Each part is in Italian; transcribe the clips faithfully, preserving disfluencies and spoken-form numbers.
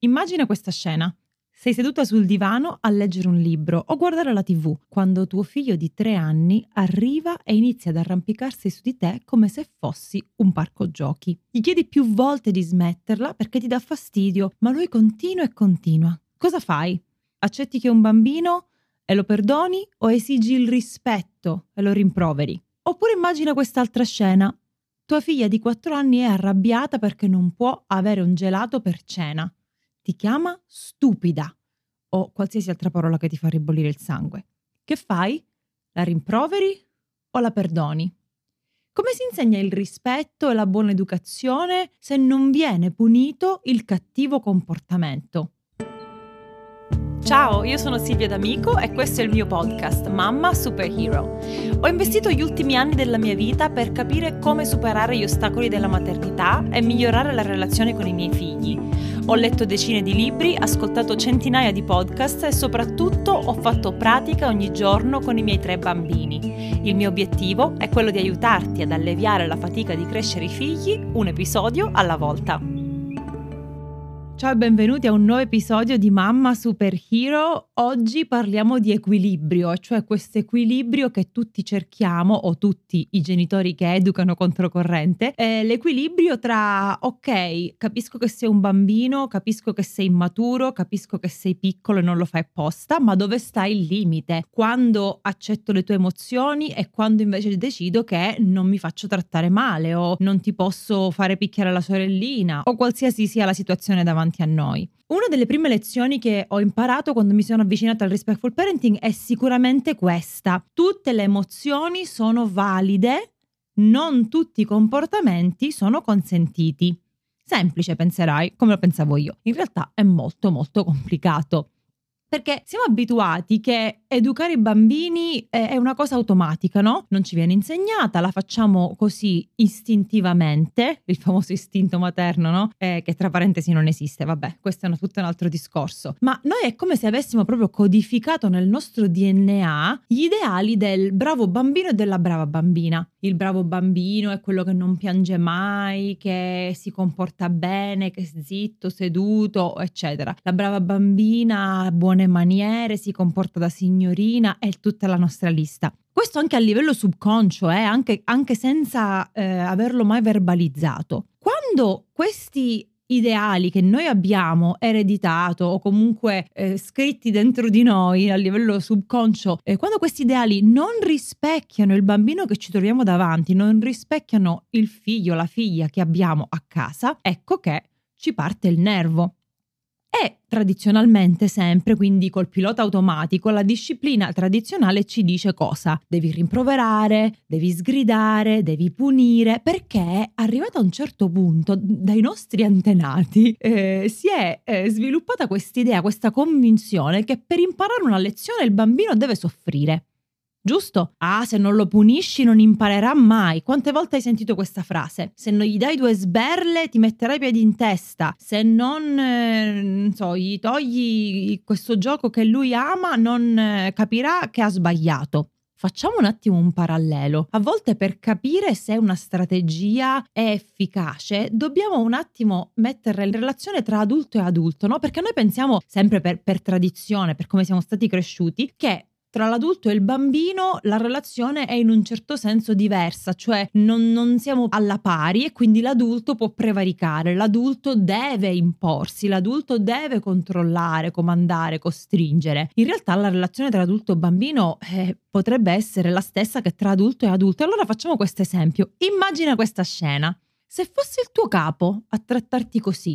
Immagina questa scena. Sei seduta sul divano a leggere un libro o guardare la tivù quando tuo figlio di tre anni arriva e inizia ad arrampicarsi su di te come se fossi un parco giochi. Gli chiedi più volte di smetterla perché ti dà fastidio, ma lui continua e continua. Cosa fai? Accetti che è un bambino e lo perdoni o esigi il rispetto e lo rimproveri? Oppure immagina quest'altra scena. Tua figlia di quattro anni è arrabbiata perché non può avere un gelato per cena. Ti chiama stupida o qualsiasi altra parola che ti fa ribollire il sangue. Che fai? La rimproveri o la perdoni? Come si insegna il rispetto e la buona educazione se non viene punito il cattivo comportamento? Ciao, io sono Silvia D'Amico e questo è il mio podcast Mamma Superhero. Ho investito gli ultimi anni della mia vita per capire come superare gli ostacoli della maternità e migliorare la relazione con i miei figli. Ho letto decine di libri, ascoltato centinaia di podcast e soprattutto ho fatto pratica ogni giorno con i miei tre bambini. Il mio obiettivo è quello di aiutarti ad alleviare la fatica di crescere i figli un episodio alla volta. Ciao e benvenuti a un nuovo episodio di Mamma Superhero. Oggi parliamo di equilibrio, cioè questo equilibrio che tutti cerchiamo, o tutti i genitori che educano controcorrente, è l'equilibrio tra ok, capisco che sei un bambino, capisco che sei immaturo, capisco che sei piccolo e non lo fai apposta, ma dove sta il limite? Quando accetto le tue emozioni e quando invece decido che non mi faccio trattare male o non ti posso fare picchiare la sorellina o qualsiasi sia la situazione davanti a noi. Una delle prime lezioni che ho imparato quando mi sono avvicinata al respectful parenting è sicuramente questa: tutte le emozioni sono valide, non tutti i comportamenti sono consentiti. Semplice, penserai, come lo pensavo io. In realtà è molto molto complicato. Perché siamo abituati che educare i bambini è una cosa automatica, no? Non ci viene insegnata, la facciamo così istintivamente, il famoso istinto materno, no? Eh, che tra parentesi non esiste, vabbè, questo è un, tutto un altro discorso. Ma noi è come se avessimo proprio codificato nel nostro D N A gli ideali del bravo bambino e della brava bambina. Il bravo bambino è quello che non piange mai, che si comporta bene, che è zitto, seduto, eccetera. La brava bambina ha buone maniere, si comporta da signorina, è tutta la nostra lista. Questo anche a livello subconscio, eh, anche, anche senza eh, averlo mai verbalizzato. Quando questi ideali che noi abbiamo ereditato o comunque eh, scritti dentro di noi a livello subconscio, eh, quando questi ideali non rispecchiano il bambino che ci troviamo davanti, non rispecchiano il figlio, la figlia che abbiamo a casa, ecco che ci parte il nervo. E tradizionalmente sempre, quindi col pilota automatico, la disciplina tradizionale ci dice cosa? Devi rimproverare, devi sgridare, devi punire, perché arrivato a un certo punto dai nostri antenati eh, si è eh, sviluppata quest'idea, questa convinzione che per imparare una lezione il bambino deve soffrire. Giusto? Ah, se non lo punisci non imparerà mai. Quante volte hai sentito questa frase? Se non gli dai due sberle ti metterai i piedi in testa. Se non, eh, non so, gli togli questo gioco che lui ama, non eh, capirà che ha sbagliato. Facciamo un attimo un parallelo. A volte per capire se una strategia è efficace dobbiamo un attimo metterla in relazione tra adulto e adulto, no? Perché noi pensiamo sempre per, per tradizione, per come siamo stati cresciuti, che tra l'adulto e il bambino la relazione è in un certo senso diversa, cioè non, non siamo alla pari e quindi l'adulto può prevaricare, l'adulto deve imporsi, l'adulto deve controllare, comandare, costringere. In realtà la relazione tra adulto e bambino eh, potrebbe essere la stessa che tra adulto e adulto. Allora facciamo questo esempio. Immagina questa scena. Se fosse il tuo capo a trattarti così,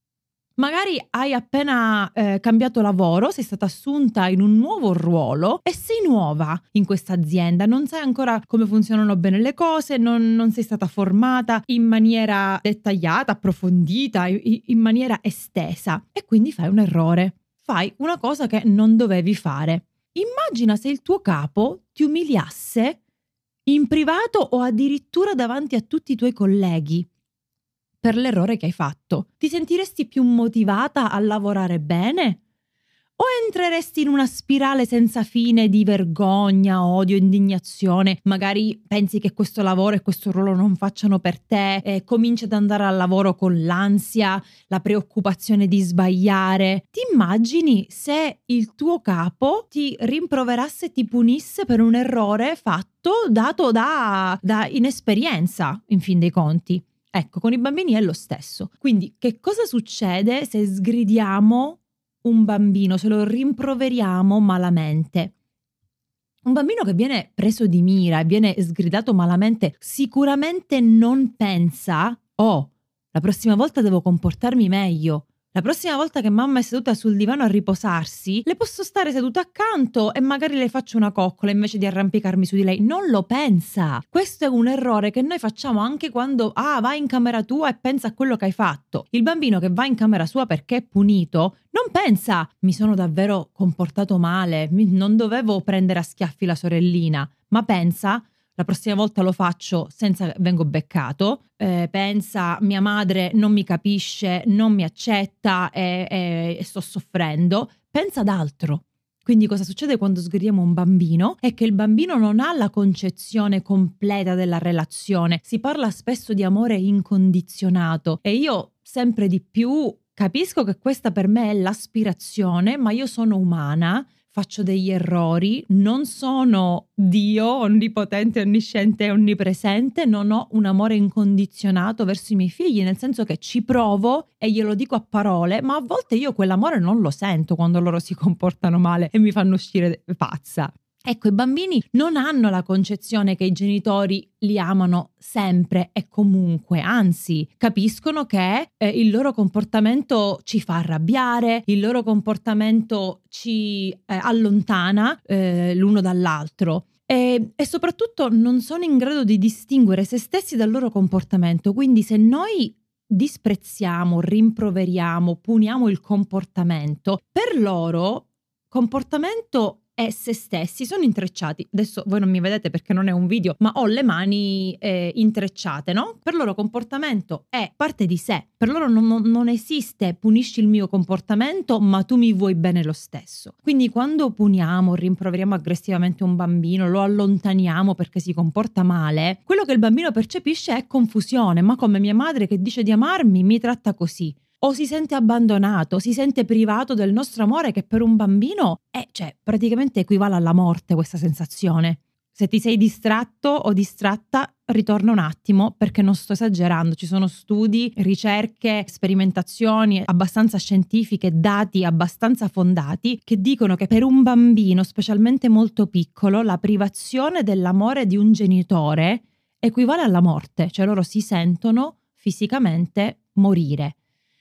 magari hai appena eh, cambiato lavoro, sei stata assunta in un nuovo ruolo e sei nuova in questa azienda, non sai ancora come funzionano bene le cose, non, non sei stata formata in maniera dettagliata, approfondita, in, in maniera estesa e quindi fai un errore, fai una cosa che non dovevi fare. Immagina se il tuo capo ti umiliasse in privato o addirittura davanti a tutti i tuoi colleghi per l'errore che hai fatto. Ti sentiresti più motivata a lavorare bene? o entreresti in una spirale senza fine di vergogna, odio, indignazione, magari pensi che questo lavoro e questo ruolo non facciano per te, e cominci ad andare al lavoro con l'ansia, la preoccupazione di sbagliare. Ti immagini se il tuo capo ti rimproverasse e ti punisse per un errore fatto dato da, da inesperienza, in fin dei conti? Ecco, con i bambini è lo stesso. Quindi che cosa succede se sgridiamo un bambino, se lo rimproveriamo malamente? Un bambino che viene preso di mira e viene sgridato malamente sicuramente non pensa: oh, la prossima volta devo comportarmi meglio. La prossima volta che mamma è seduta sul divano a riposarsi, le posso stare seduta accanto e magari le faccio una coccola invece di arrampicarmi su di lei. Non lo pensa. Questo è un errore che noi facciamo anche quando ah, vai in camera tua e pensa a quello che hai fatto. Il bambino che va in camera sua perché è punito non pensa: mi sono davvero comportato male, non dovevo prendere a schiaffi la sorellina, ma pensa: la prossima volta lo faccio senza che vengo beccato, eh, pensa mia madre non mi capisce, non mi accetta e, e, e sto soffrendo, pensa ad altro. Quindi cosa succede quando sgridiamo un bambino? È che il bambino non ha la concezione completa della relazione, si parla spesso di amore incondizionato e io sempre di più capisco che questa per me è l'aspirazione, ma io sono umana, faccio degli errori, non sono Dio onnipotente, onnisciente e onnipresente, non ho un amore incondizionato verso i miei figli, nel senso che ci provo e glielo dico a parole, ma a volte io quell'amore non lo sento quando loro si comportano male e mi fanno uscire pazza. Ecco, i bambini non hanno la concezione che i genitori li amano sempre e comunque, anzi, capiscono che eh, il loro comportamento ci fa arrabbiare, il loro comportamento ci eh, allontana eh, l'uno dall'altro. E, e soprattutto non sono in grado di distinguere se stessi dal loro comportamento. Quindi se noi disprezziamo, rimproveriamo, puniamo il comportamento, per loro comportamento e se stessi sono intrecciati. Adesso voi non mi vedete perché non è un video, ma ho le mani eh, intrecciate, no? Per loro comportamento è parte di sé. Per loro non, non esiste punisci il mio comportamento, ma tu mi vuoi bene lo stesso. Quindi quando puniamo, rimproveriamo aggressivamente un bambino, lo allontaniamo perché si comporta male, quello che il bambino percepisce è confusione. Ma come mia madre che dice di amarmi mi tratta così? O si sente abbandonato, si sente privato del nostro amore, che per un bambino è, cioè, praticamente equivale alla morte questa sensazione. Se ti sei distratto o distratta, ritorna un attimo perché non sto esagerando. Ci sono studi, ricerche, sperimentazioni abbastanza scientifiche, dati abbastanza fondati che dicono che per un bambino, specialmente molto piccolo, la privazione dell'amore di un genitore equivale alla morte. Cioè loro si sentono fisicamente morire.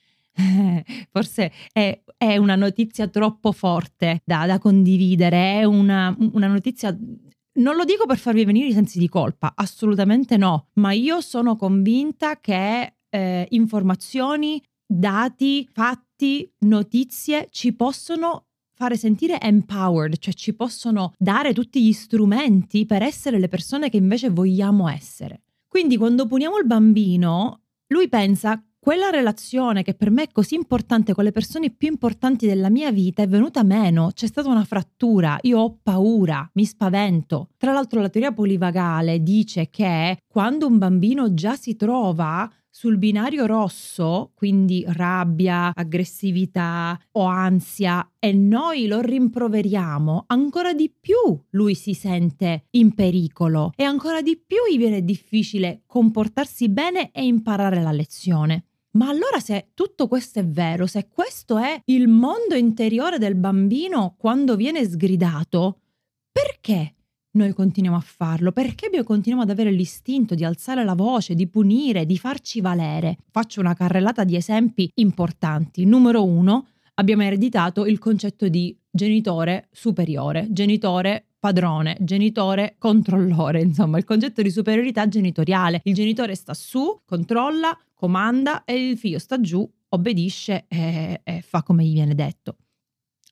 Forse è, è una notizia troppo forte da, da condividere, è una, una notizia, non lo dico per farvi venire i sensi di colpa, assolutamente no, ma io sono convinta che eh, informazioni, dati, fatti, notizie ci possono fare sentire empowered, cioè ci possono dare tutti gli strumenti per essere le persone che invece vogliamo essere. Quindi quando puniamo il bambino, lui pensa: quella relazione che per me è così importante con le persone più importanti della mia vita è venuta meno, c'è stata una frattura, io ho paura, mi spavento. Tra l'altro la teoria polivagale dice che quando un bambino già si trova sul binario rosso, quindi rabbia, aggressività o ansia, e noi lo rimproveriamo, ancora di più lui si sente in pericolo e ancora di più gli viene difficile comportarsi bene e imparare la lezione. Ma allora se tutto questo è vero, se questo è il mondo interiore del bambino quando viene sgridato, perché noi continuiamo a farlo? Perché noi continuiamo ad avere l'istinto di alzare la voce, di punire, di farci valere? Faccio una carrellata di esempi importanti. Numero uno, abbiamo ereditato il concetto di genitore superiore, genitore padrone, genitore controllore, insomma il concetto di superiorità genitoriale. Il genitore sta su, controlla, comanda e il figlio sta giù, obbedisce e, e fa come gli viene detto.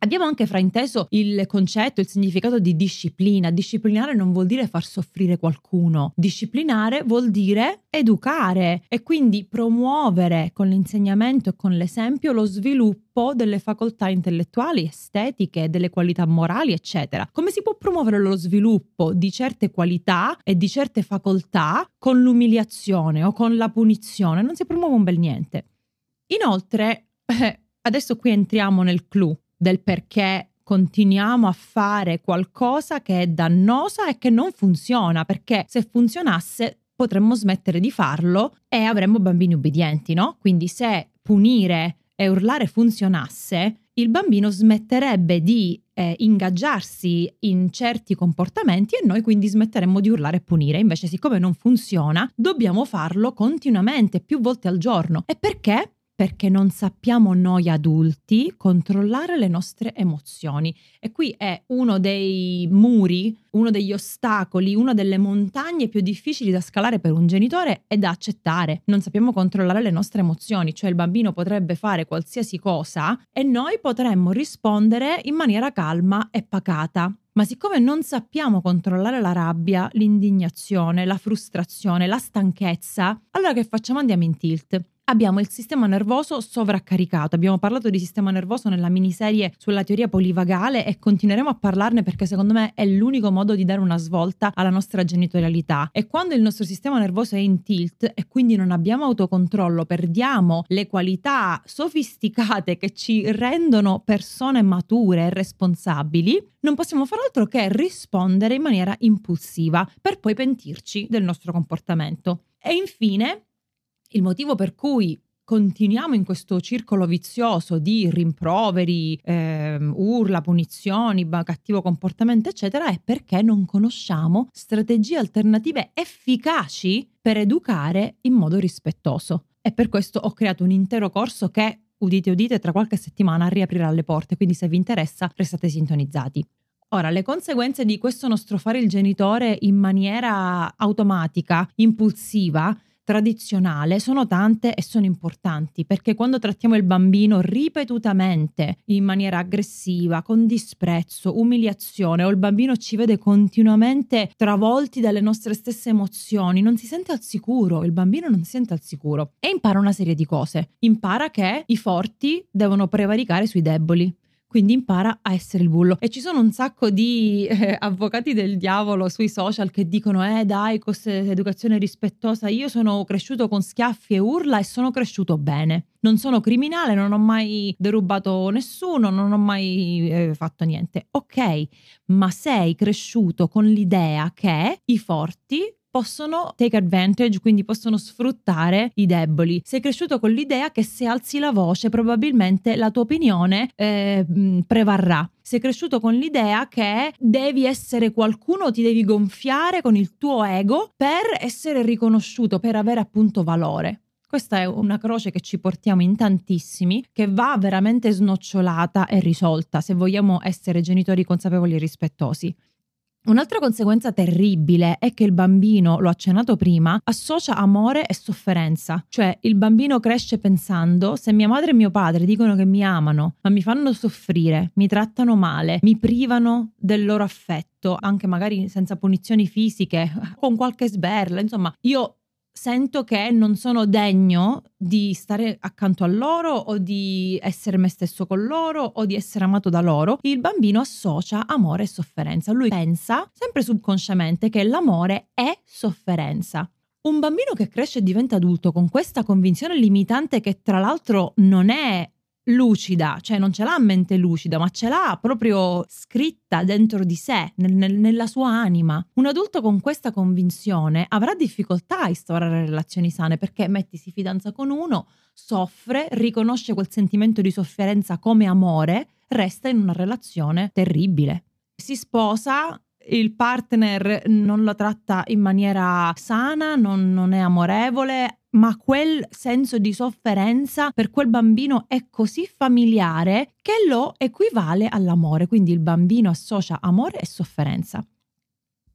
Abbiamo anche frainteso il concetto, il significato di disciplina. Disciplinare non vuol dire far soffrire qualcuno. Disciplinare vuol dire educare e quindi promuovere con l'insegnamento e con l'esempio lo sviluppo delle facoltà intellettuali, estetiche, delle qualità morali, eccetera. Come si può promuovere lo sviluppo di certe qualità e di certe facoltà con l'umiliazione o con la punizione? Non si promuove un bel niente. Inoltre, eh, adesso qui entriamo nel clou del perché continuiamo a fare qualcosa che è dannosa e che non funziona, perché se funzionasse potremmo smettere di farlo e avremmo bambini ubbidienti, no? Quindi se punire e urlare funzionasse, il bambino smetterebbe di eh, ingaggiarsi in certi comportamenti e noi quindi smetteremmo di urlare e punire. Invece, siccome non funziona, dobbiamo farlo continuamente, più volte al giorno. E perché? Perché non sappiamo noi adulti controllare le nostre emozioni. E qui è uno dei muri, uno degli ostacoli, una delle montagne più difficili da scalare per un genitore e da accettare. Non sappiamo controllare le nostre emozioni, cioè il bambino potrebbe fare qualsiasi cosa e noi potremmo rispondere in maniera calma e pacata. Ma siccome non sappiamo controllare la rabbia, l'indignazione, la frustrazione, la stanchezza, allora che facciamo? Andiamo in tilt. Abbiamo il sistema nervoso sovraccaricato. Abbiamo parlato di sistema nervoso nella miniserie sulla teoria polivagale e continueremo a parlarne perché secondo me è l'unico modo di dare una svolta alla nostra genitorialità. E quando il nostro sistema nervoso è in tilt e quindi non abbiamo autocontrollo, perdiamo le qualità sofisticate che ci rendono persone mature e responsabili, non possiamo fare altro che rispondere in maniera impulsiva per poi pentirci del nostro comportamento. E infine, il motivo per cui continuiamo in questo circolo vizioso di rimproveri, ehm, urla, punizioni, cattivo comportamento, eccetera, è perché non conosciamo strategie alternative efficaci per educare in modo rispettoso. E per questo ho creato un intero corso che, udite udite, tra qualche settimana riaprirà le porte, quindi se vi interessa restate sintonizzati. Ora, le conseguenze di questo nostro fare il genitore in maniera automatica, impulsiva, tradizionale sono tante e sono importanti, perché quando trattiamo il bambino ripetutamente in maniera aggressiva, con disprezzo, umiliazione, o il bambino ci vede continuamente travolti dalle nostre stesse emozioni, non si sente al sicuro, il bambino non si sente al sicuro e impara una serie di cose. Impara che i forti devono prevaricare sui deboli. Quindi impara a essere il bullo. E ci sono un sacco di eh, avvocati del diavolo sui social che dicono eh dai, questa educazione rispettosa, io sono cresciuto con schiaffi e urla e sono cresciuto bene. Non sono criminale, non ho mai derubato nessuno, non ho mai eh, fatto niente. Ok, ma sei cresciuto con l'idea che i forti possono take advantage, quindi possono sfruttare i deboli. Sei cresciuto con l'idea che se alzi la voce probabilmente la tua opinione eh, prevarrà. Sei cresciuto con l'idea che devi essere qualcuno, ti devi gonfiare con il tuo ego per essere riconosciuto, per avere appunto valore. Questa è una croce che ci portiamo in tantissimi, che va veramente snocciolata e risolta se vogliamo essere genitori consapevoli e rispettosi. Un'altra conseguenza terribile è che il bambino, l'ho accennato prima, associa amore e sofferenza. Cioè il bambino cresce pensando: se mia madre e mio padre dicono che mi amano, ma mi fanno soffrire, mi trattano male, mi privano del loro affetto, anche magari senza punizioni fisiche, con qualche sberla, insomma, io sento che non sono degno di stare accanto a loro o di essere me stesso con loro o di essere amato da loro, il bambino associa amore e sofferenza. Lui pensa, sempre subconsciamente, che l'amore è sofferenza. Un bambino che cresce e diventa adulto con questa convinzione limitante, che tra l'altro non è lucida, cioè non ce l'ha a mente lucida, ma ce l'ha proprio scritta dentro di sé, nel, nel, nella sua anima. Un adulto con questa convinzione avrà difficoltà a instaurare relazioni sane, perché metti si fidanza con uno, soffre, riconosce quel sentimento di sofferenza come amore, resta in una relazione terribile. Si sposa, il partner non la tratta in maniera sana, non, non è amorevole, ma quel senso di sofferenza per quel bambino è così familiare che lo equivale all'amore, quindi il bambino associa amore e sofferenza.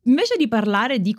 Invece di parlare di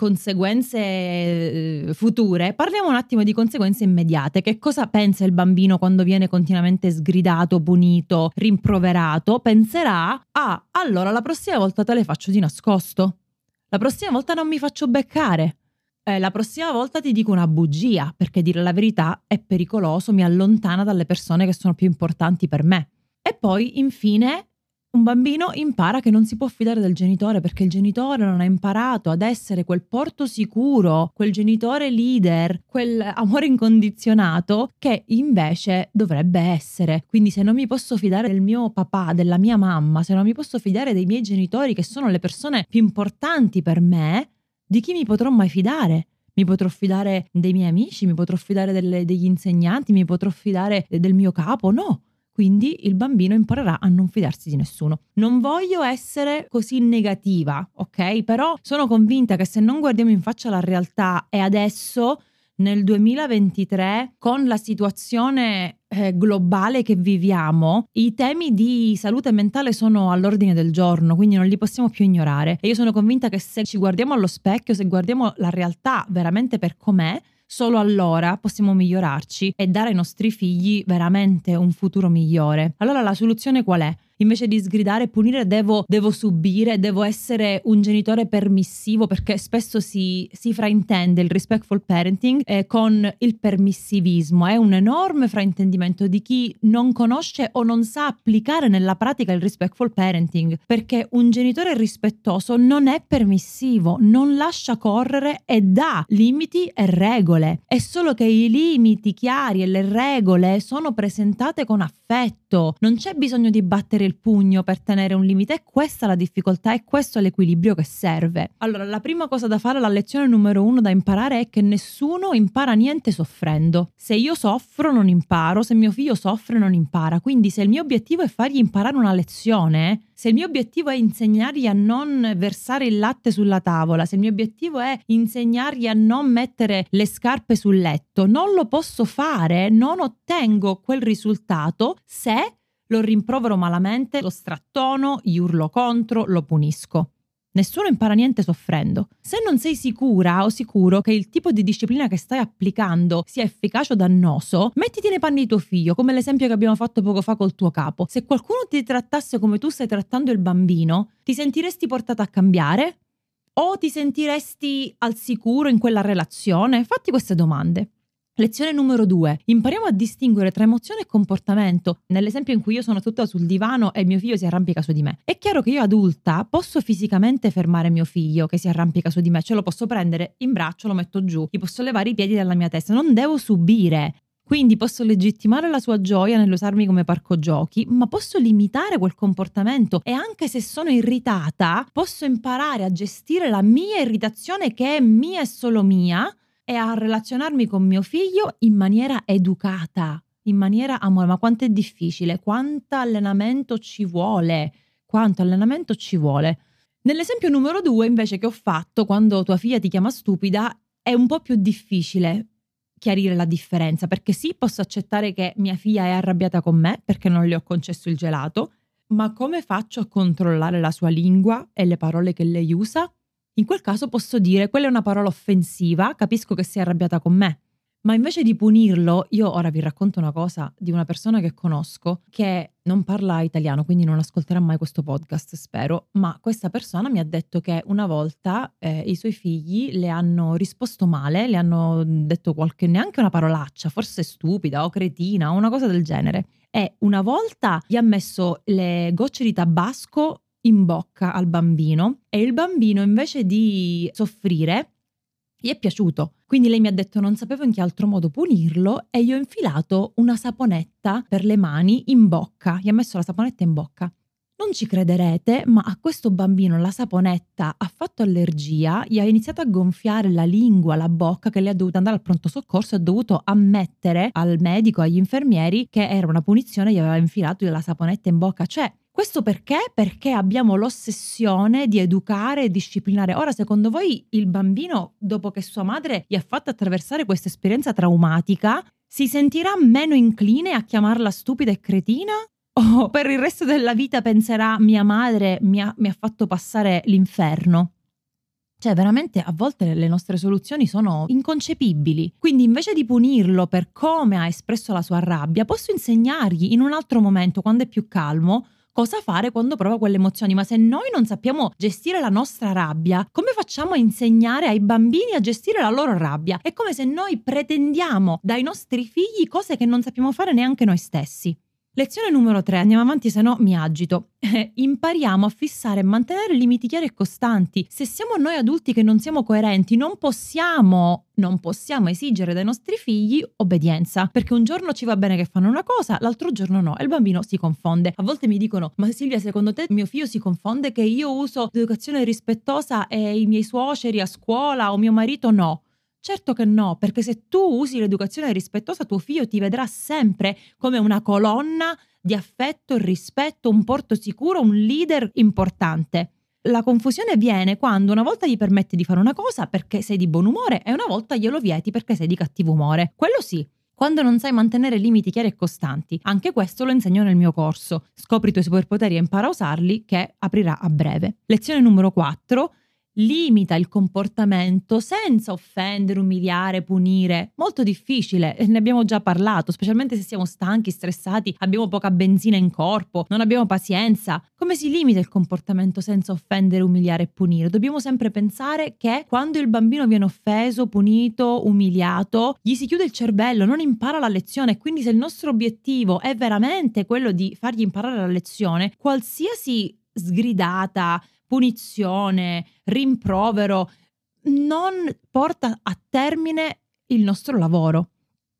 conseguenze future, parliamo un attimo di conseguenze immediate. Che cosa pensa il bambino quando viene continuamente sgridato, punito, rimproverato? Penserà: ah, allora la prossima volta te le faccio di nascosto. La prossima volta non mi faccio beccare. Eh, la prossima volta ti dico una bugia, perché dire la verità è pericoloso, mi allontana dalle persone che sono più importanti per me. E poi, infine, un bambino impara che non si può fidare del genitore perché il genitore non ha imparato ad essere quel porto sicuro, quel genitore leader, quel amore incondizionato che invece dovrebbe essere. Quindi se non mi posso fidare del mio papà, della mia mamma, se non mi posso fidare dei miei genitori che sono le persone più importanti per me, di chi mi potrò mai fidare? Mi potrò fidare dei miei amici, mi potrò fidare delle, degli insegnanti, mi potrò fidare del mio capo? No. Quindi il bambino imparerà a non fidarsi di nessuno. Non voglio essere così negativa, ok? Però sono convinta che se non guardiamo in faccia la realtà e adesso, nel duemilaventitré, con la situazione eh, globale che viviamo, i temi di salute mentale sono all'ordine del giorno, quindi non li possiamo più ignorare. E io sono convinta che se ci guardiamo allo specchio, se guardiamo la realtà veramente per com'è, solo allora possiamo migliorarci e dare ai nostri figli veramente un futuro migliore. Allora la soluzione qual è? Invece di sgridare e punire devo, devo subire, devo essere un genitore permissivo, perché spesso si, si fraintende il respectful parenting eh, con il permissivismo. È un enorme fraintendimento di chi non conosce o non sa applicare nella pratica il respectful parenting, perché un genitore rispettoso non è permissivo, non lascia correre e dà limiti e regole. È solo che i limiti chiari e le regole sono presentate con affetto, non c'è bisogno di battere il pugno per tenere un limite. È questa la difficoltà, è questo l'equilibrio che serve. Allora, la prima cosa da fare, la lezione numero uno da imparare è che nessuno impara niente soffrendo. Se io soffro non imparo, se mio figlio soffre non impara. Quindi se il mio obiettivo è fargli imparare una lezione, se il mio obiettivo è insegnargli a non versare il latte sulla tavola, se il mio obiettivo è insegnargli a non mettere le scarpe sul letto, non lo posso fare, non ottengo quel risultato se lo rimprovero malamente, lo strattono, gli urlo contro, lo punisco. Nessuno impara niente soffrendo. Se non sei sicura o sicuro che il tipo di disciplina che stai applicando sia efficace o dannoso, mettiti nei panni di tuo figlio, come l'esempio che abbiamo fatto poco fa col tuo capo. Se qualcuno ti trattasse come tu stai trattando il bambino, ti sentiresti portata a cambiare? O ti sentiresti al sicuro in quella relazione? Fatti queste domande. Lezione numero due. Impariamo a distinguere tra emozione e comportamento. Nell'esempio in cui io sono tutta sul divano e mio figlio si arrampica su di me. È chiaro che io adulta posso fisicamente fermare mio figlio che si arrampica su di me, ce lo posso prendere in braccio, lo metto giù, gli posso levare i piedi dalla mia testa, non devo subire. Quindi posso legittimare la sua gioia nell'usarmi come parco giochi, ma posso limitare quel comportamento e anche se sono irritata, posso imparare a gestire la mia irritazione che è mia e solo mia, e a relazionarmi con mio figlio in maniera educata, in maniera amore. Ma quanto è difficile, quanto allenamento ci vuole, quanto allenamento ci vuole. Nell'esempio numero due invece che ho fatto, quando tua figlia ti chiama stupida, è un po' più difficile chiarire la differenza, perché sì, posso accettare che mia figlia è arrabbiata con me perché non le ho concesso il gelato, ma come faccio a controllare la sua lingua e le parole che lei usa? In quel caso posso dire, quella è una parola offensiva, capisco che sei arrabbiata con me. Ma invece di punirlo, io ora vi racconto una cosa di una persona che conosco che non parla italiano, quindi non ascolterà mai questo podcast, spero, ma questa persona mi ha detto che una volta eh, i suoi figli le hanno risposto male, le hanno detto qualche, neanche una parolaccia, forse stupida o cretina o una cosa del genere. E una volta gli ha messo le gocce di tabasco in bocca al bambino e il bambino invece di soffrire gli è piaciuto. Quindi lei mi ha detto non sapevo in che altro modo punirlo e gli ho infilato una saponetta per le mani in bocca, gli ha messo la saponetta in bocca. Non ci crederete, ma a questo bambino la saponetta ha fatto allergia, gli ha iniziato a gonfiare la lingua, la bocca, che lei ha dovuto andare al pronto soccorso e ha dovuto ammettere al medico, agli infermieri che era una punizione, gli aveva infilato la saponetta in bocca. Cioè, questo perché? Perché abbiamo l'ossessione di educare e disciplinare. Ora, secondo voi il bambino, dopo che sua madre gli ha fatto attraversare questa esperienza traumatica, si sentirà meno incline a chiamarla stupida e cretina? O per il resto della vita penserà mia madre mi ha, mi ha fatto passare l'inferno? Cioè veramente a volte le nostre soluzioni sono inconcepibili. Quindi invece di punirlo per come ha espresso la sua rabbia, posso insegnargli in un altro momento, quando è più calmo, cosa fare quando prova quelle emozioni. Ma se noi non sappiamo gestire la nostra rabbia, come facciamo a insegnare ai bambini a gestire la loro rabbia? È come se noi pretendiamo dai nostri figli cose che non sappiamo fare neanche noi stessi. Lezione numero tre, andiamo avanti se no mi agito. Eh, impariamo a fissare e mantenere limiti chiari e costanti. Se siamo noi adulti che non siamo coerenti, non possiamo, non possiamo esigere dai nostri figli obbedienza, perché un giorno ci va bene che fanno una cosa, l'altro giorno no, e il bambino si confonde. A volte mi dicono, ma Silvia, secondo te mio figlio si confonde che io uso l'educazione rispettosa e i miei suoceri a scuola o mio marito no? Certo che no, perché se tu usi l'educazione rispettosa, tuo figlio ti vedrà sempre come una colonna di affetto e rispetto, un porto sicuro, un leader importante. La confusione viene quando una volta gli permetti di fare una cosa perché sei di buon umore e una volta glielo vieti perché sei di cattivo umore. Quello sì. Quando non sai mantenere limiti chiari e costanti. Anche questo lo insegno nel mio corso. Scopri i tuoi superpoteri e impara a usarli, che aprirà a breve. Lezione numero quattro. Limita il comportamento senza offendere, umiliare, punire. Molto difficile, ne abbiamo già parlato, specialmente se siamo stanchi, stressati, abbiamo poca benzina in corpo, non abbiamo pazienza. Come si limita il comportamento senza offendere, umiliare e punire? Dobbiamo sempre pensare che quando il bambino viene offeso, punito, umiliato, gli si chiude il cervello, non impara la lezione. Quindi se il nostro obiettivo è veramente quello di fargli imparare la lezione, qualsiasi sgridata, punizione, rimprovero, non porta a termine il nostro lavoro.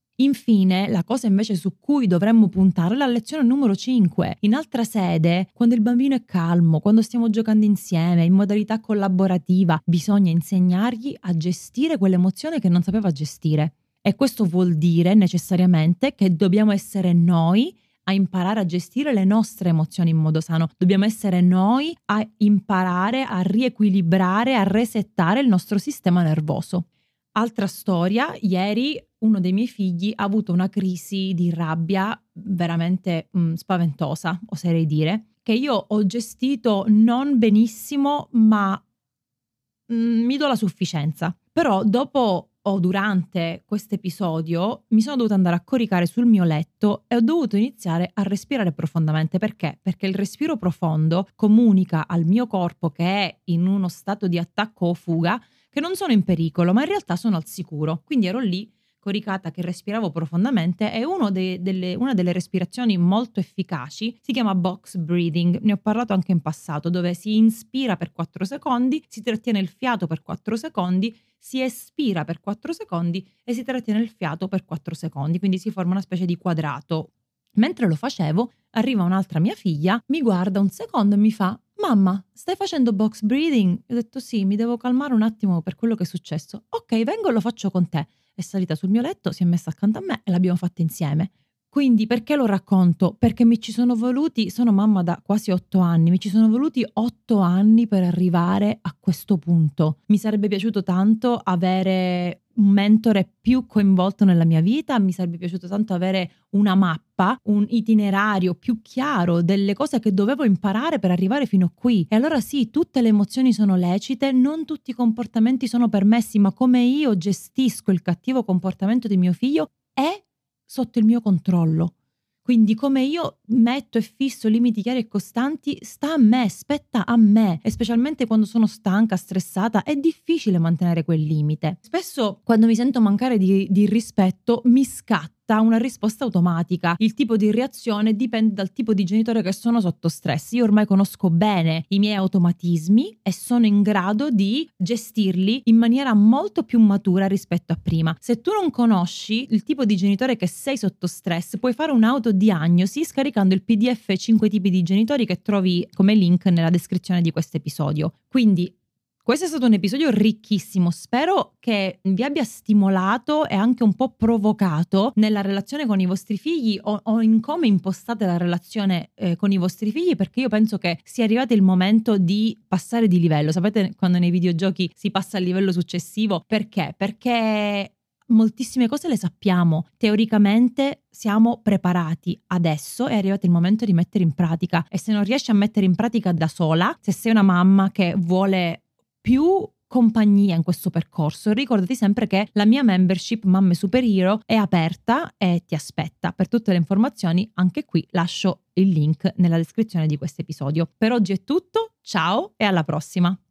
Infine, la cosa invece su cui dovremmo puntare è la lezione numero cinque. In altra sede, quando il bambino è calmo, quando stiamo giocando insieme, in modalità collaborativa, bisogna insegnargli a gestire quell'emozione che non sapeva gestire. E questo vuol dire necessariamente che dobbiamo essere noi a imparare a gestire le nostre emozioni in modo sano. Dobbiamo essere noi a imparare a riequilibrare, a resettare il nostro sistema nervoso. Altra storia, ieri uno dei miei figli ha avuto una crisi di rabbia veramente mh, spaventosa, oserei dire, che io ho gestito non benissimo, ma mh, mi do la sufficienza. Però dopo o durante questo episodio mi sono dovuta andare a coricare sul mio letto e ho dovuto iniziare a respirare profondamente. Perché? Perché il respiro profondo comunica al mio corpo, che è in uno stato di attacco o fuga, che non sono in pericolo, ma in realtà sono al sicuro. Quindi ero lì, coricata, che respiravo profondamente, e uno de- delle, una delle respirazioni molto efficaci si chiama box breathing. Ne ho parlato anche in passato, dove si inspira per quattro secondi, si trattiene il fiato per quattro secondi, si espira per quattro secondi e si trattiene il fiato per quattro secondi, quindi si forma una specie di quadrato. Mentre lo facevo, arriva un'altra mia figlia, mi guarda un secondo e mi fa: mamma, stai facendo box breathing? Io ho detto sì, mi devo calmare un attimo per quello che è successo. Ok, vengo e lo faccio con te. È salita sul mio letto, si è messa accanto a me e l'abbiamo fatta insieme. Quindi perché lo racconto? Perché mi ci sono voluti, sono mamma da quasi otto anni, mi ci sono voluti otto anni per arrivare a questo punto. Mi sarebbe piaciuto tanto avere un mentore più coinvolto nella mia vita, mi sarebbe piaciuto tanto avere una mappa, un itinerario più chiaro delle cose che dovevo imparare per arrivare fino a qui. E allora sì, tutte le emozioni sono lecite, non tutti i comportamenti sono permessi, ma come io gestisco il cattivo comportamento di mio figlio è sotto il mio controllo. Quindi come io metto e fisso limiti chiari e costanti sta a me, spetta a me, e specialmente quando sono stanca, stressata, è difficile mantenere quel limite. Spesso quando mi sento mancare di, di rispetto mi scatta una risposta automatica. Il tipo di reazione dipende dal tipo di genitore che sono sotto stress. Io ormai conosco bene i miei automatismi e sono in grado di gestirli in maniera molto più matura rispetto a prima. Se tu non conosci il tipo di genitore che sei sotto stress, puoi fare un'autodiagnosi scaricando il P D F cinque tipi di genitori che trovi come link nella descrizione di questo episodio. Quindi questo è stato un episodio ricchissimo, spero che vi abbia stimolato e anche un po' provocato nella relazione con i vostri figli o, o in come impostate la relazione eh, con i vostri figli, perché io penso che sia arrivato il momento di passare di livello. Sapete quando nei videogiochi si passa al livello successivo? Perché? Perché moltissime cose le sappiamo, teoricamente siamo preparati, adesso è arrivato il momento di mettere in pratica, e se non riesci a mettere in pratica da sola, se sei una mamma che vuole più compagnia in questo percorso. Ricordati sempre che la mia membership Mamme Superhero è aperta e ti aspetta. Per tutte le informazioni, anche qui lascio il link nella descrizione di questo episodio. Per oggi è tutto, ciao e alla prossima!